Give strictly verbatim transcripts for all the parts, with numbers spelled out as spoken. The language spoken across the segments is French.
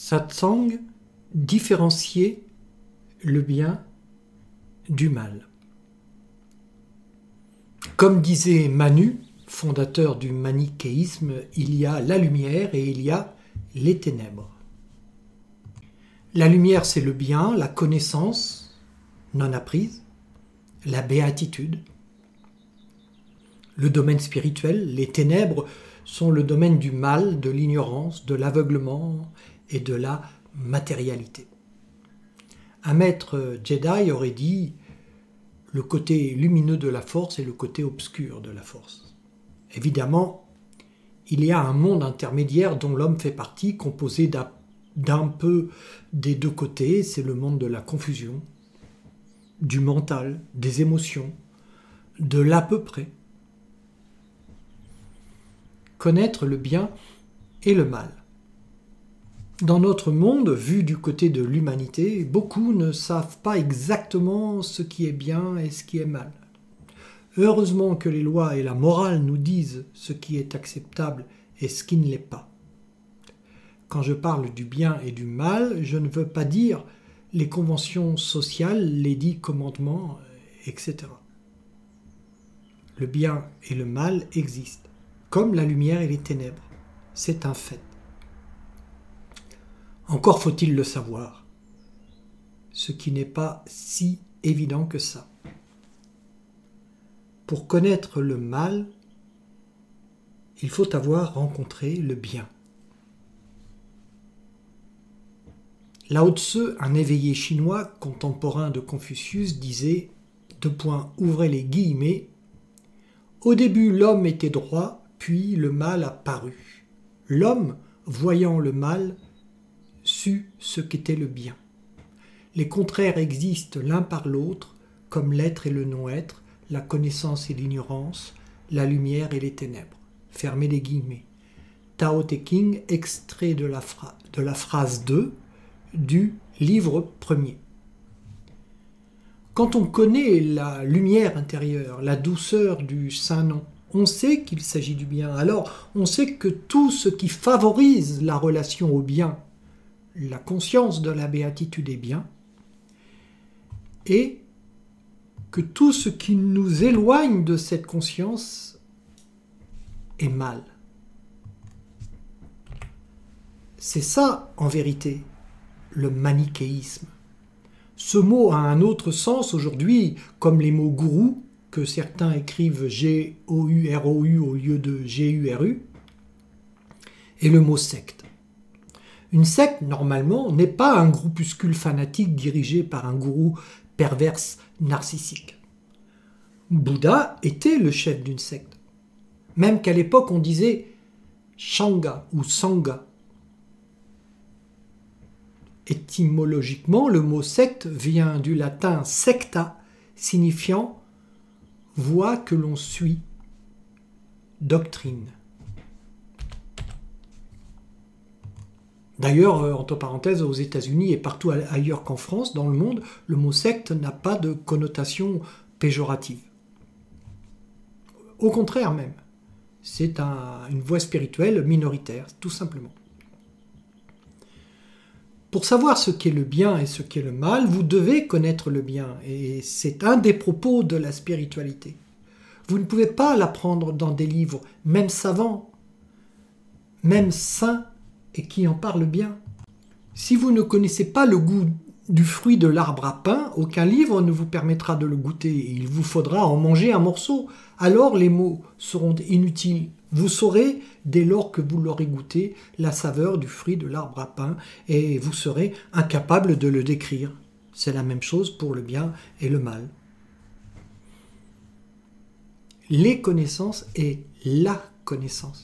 Satsang, différencier le bien du mal. Comme disait Manu, fondateur du manichéisme, il y a la lumière et il y a les ténèbres. La lumière, c'est le bien, la connaissance non apprise, la béatitude. Le domaine spirituel, les ténèbres, sont le domaine du mal, de l'ignorance, de l'aveuglement et de la matérialité. Un maître Jedi aurait dit le côté lumineux de la force et le côté obscur de la force. Évidemment, il y a un monde intermédiaire dont l'homme fait partie, composé d'un, d'un peu des deux côtés. C'est le monde de la confusion, du mental, des émotions, de l'à peu près. Connaître le bien et le mal. Dans notre monde, vu du côté de l'humanité, beaucoup ne savent pas exactement ce qui est bien et ce qui est mal. Heureusement que les lois et la morale nous disent ce qui est acceptable et ce qui ne l'est pas. Quand je parle du bien et du mal, je ne veux pas dire les conventions sociales, les dix commandements, et cetera. Le bien et le mal existent, comme la lumière et les ténèbres. C'est un fait. Encore faut-il le savoir, ce qui n'est pas si évident que ça. Pour connaître le mal, il faut avoir rencontré le bien. Lao Tse, un éveillé chinois contemporain de Confucius, disait, deux points, ouvrez les guillemets, « Au début l'homme était droit, puis le mal a paru. L'homme, voyant le mal, sut ce qu'était le bien. Les contraires existent l'un par l'autre, comme l'être et le non-être, la connaissance et l'ignorance, la lumière et les ténèbres. » Fermez les guillemets. Tao Te Ching, extrait de la, phra- de la phrase deux du livre premier. Quand on connaît la lumière intérieure, la douceur du Saint-Nom, on sait qu'il s'agit du bien. Alors, on sait que tout ce qui favorise la relation au bien, la conscience de la béatitude est bien, et que tout ce qui nous éloigne de cette conscience est mal. C'est ça, en vérité, le manichéisme. Ce mot a un autre sens aujourd'hui, comme les mots gourou, que certains écrivent G O U R O U au lieu de G U R U, et le mot secte. Une secte, normalement, n'est pas un groupuscule fanatique dirigé par un gourou perverse narcissique. Bouddha était le chef d'une secte. Même qu'à l'époque, on disait Shanga ou Sangha. Étymologiquement, le mot secte vient du latin secta, signifiant voie que l'on suit, doctrine. D'ailleurs, entre parenthèses, aux États-Unis et partout ailleurs qu'en France, dans le monde, le mot secte n'a pas de connotation péjorative. Au contraire même, c'est un, une voie spirituelle minoritaire, tout simplement. Pour savoir ce qu'est le bien et ce qu'est le mal, vous devez connaître le bien, et c'est un des propos de la spiritualité. Vous ne pouvez pas l'apprendre dans des livres, même savants, même saints, et qui en parlent bien. Si vous ne connaissez pas le goût du fruit de l'arbre à pain, aucun livre ne vous permettra de le goûter, et il vous faudra en manger un morceau. Alors les mots seront inutiles. Vous saurez, dès lors que vous l'aurez goûté, la saveur du fruit de l'arbre à pain, et vous serez incapable de le décrire. C'est la même chose pour le bien et le mal. Les connaissances et la connaissance.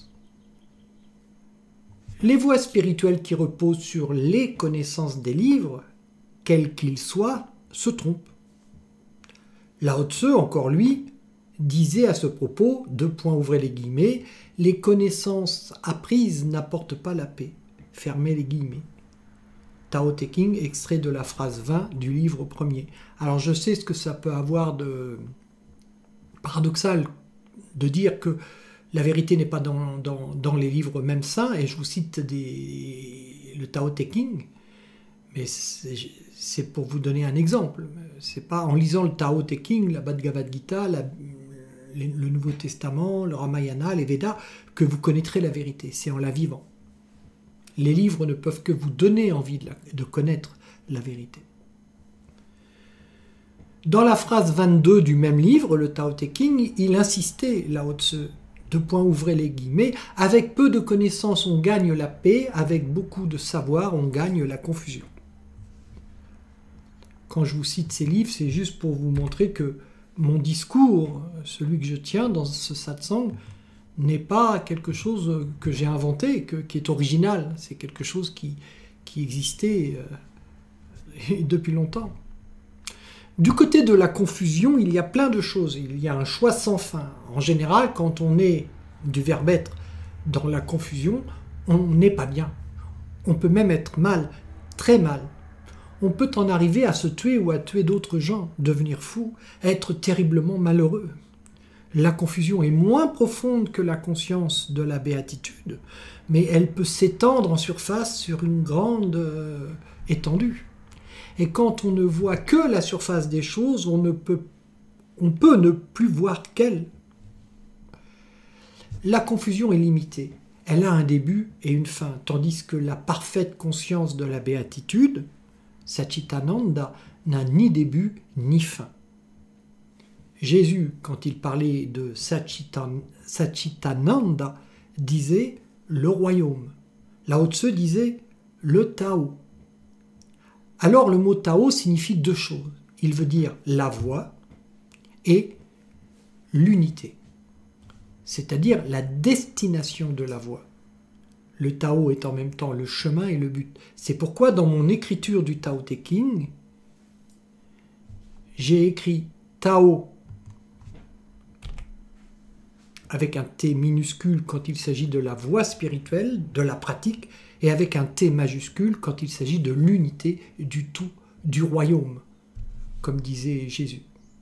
Les voies spirituelles qui reposent sur les connaissances des livres, quels qu'ils soient, se trompent. Lao Tse, encore lui, disait à ce propos, deux points ouvrez les guillemets, les connaissances apprises n'apportent pas la paix. Fermez les guillemets. Tao Te Ching, extrait de la phrase vingt du livre premier. Alors je sais ce que ça peut avoir de paradoxal de dire que la vérité n'est pas dans, dans, dans les livres même saints, et je vous cite des, le Tao Te Ching, mais c'est, c'est pour vous donner un exemple. C'est pas en lisant le Tao Te Ching, la Bhagavad Gita, la, le Nouveau Testament, le Ramayana, les Védas, que vous connaîtrez la vérité. C'est en la vivant. Les livres ne peuvent que vous donner envie de, la, de connaître la vérité. Dans la phrase vingt-deux du même livre, le Tao Te Ching, il insistait, Lao Tzu, deux points ouvrez les guillemets, avec peu de connaissances on gagne la paix, avec beaucoup de savoir on gagne la confusion. Quand je vous cite ces livres, c'est juste pour vous montrer que mon discours, celui que je tiens dans ce satsang, n'est pas quelque chose que j'ai inventé, que, qui est original. C'est quelque chose qui, qui existait euh, depuis longtemps. Du côté de la confusion, il y a plein de choses. Il y a un choix sans fin. En général, quand on est, du verbe être, dans la confusion, on n'est pas bien. On peut même être mal, très mal. On peut en arriver à se tuer ou à tuer d'autres gens, devenir fou, être terriblement malheureux. La confusion est moins profonde que la conscience de la béatitude, mais elle peut s'étendre en surface sur une grande euh, étendue. Et quand on ne voit que la surface des choses, on, ne peut, on peut ne plus voir qu'elle. La confusion est limitée. Elle a un début et une fin, tandis que la parfaite conscience de la béatitude, Satchitananda, n'a ni début ni fin. Jésus, quand il parlait de Satchitan, Satchitananda, disait le royaume. Lao Tzu disait le Tao. Alors le mot Tao signifie deux choses. Il veut dire la voie et l'unité, c'est-à-dire la destination de la voie. Le Tao est en même temps le chemin et le but. C'est pourquoi dans mon écriture du Tao Te Ching, j'ai écrit Tao avec un T minuscule quand il s'agit de la voie spirituelle, de la pratique, et avec un T majuscule quand il s'agit de l'unité du tout, du royaume, comme disait Jésus.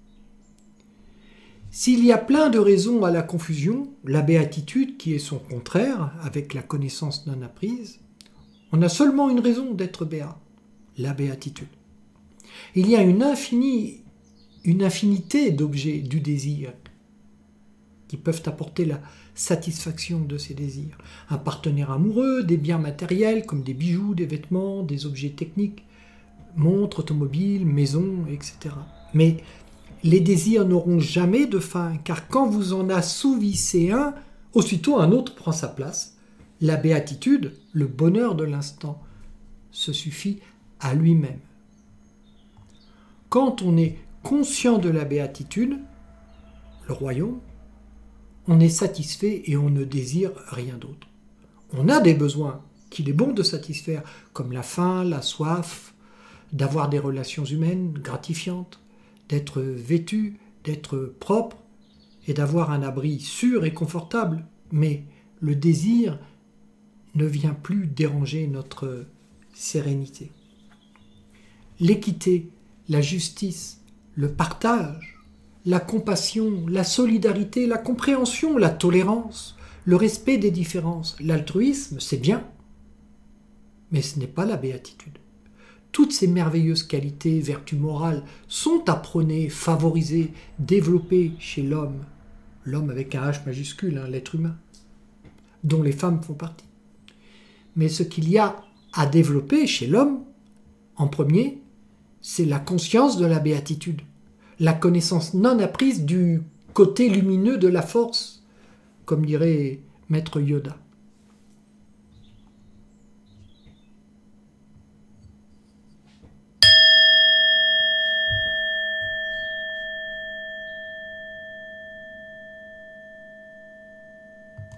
S'il y a plein de raisons à la confusion, la béatitude, qui est son contraire, avec la connaissance non apprise, on a seulement une raison d'être béat, la béatitude. Il y a une, infinie, une infinité d'objets du désir qui peuvent apporter la satisfaction de ces désirs. Un partenaire amoureux, des biens matériels comme des bijoux, des vêtements, des objets techniques, montres, automobiles, maisons, et cetera. Mais les désirs n'auront jamais de fin, car quand vous en assouvissez un, aussitôt un autre prend sa place. La béatitude, le bonheur de l'instant, se suffit à lui-même. Quand on est conscient de la béatitude, le royaume, on est satisfait et on ne désire rien d'autre. On a des besoins qu'il est bon de satisfaire, comme la faim, la soif, d'avoir des relations humaines gratifiantes, d'être vêtu, d'être propre et d'avoir un abri sûr et confortable. Mais le désir ne vient plus déranger notre sérénité. L'équité, la justice, le partage, la compassion, la solidarité, la compréhension, la tolérance, le respect des différences, l'altruisme, c'est bien, mais ce n'est pas la béatitude. Toutes ces merveilleuses qualités, vertus morales, sont à prôner, favorisées, développées chez l'homme, l'homme avec un H majuscule, hein, l'être humain, dont les femmes font partie. Mais ce qu'il y a à développer chez l'homme, en premier, c'est la conscience de la béatitude, la connaissance non apprise du côté lumineux de la force, comme dirait Maître Yoda.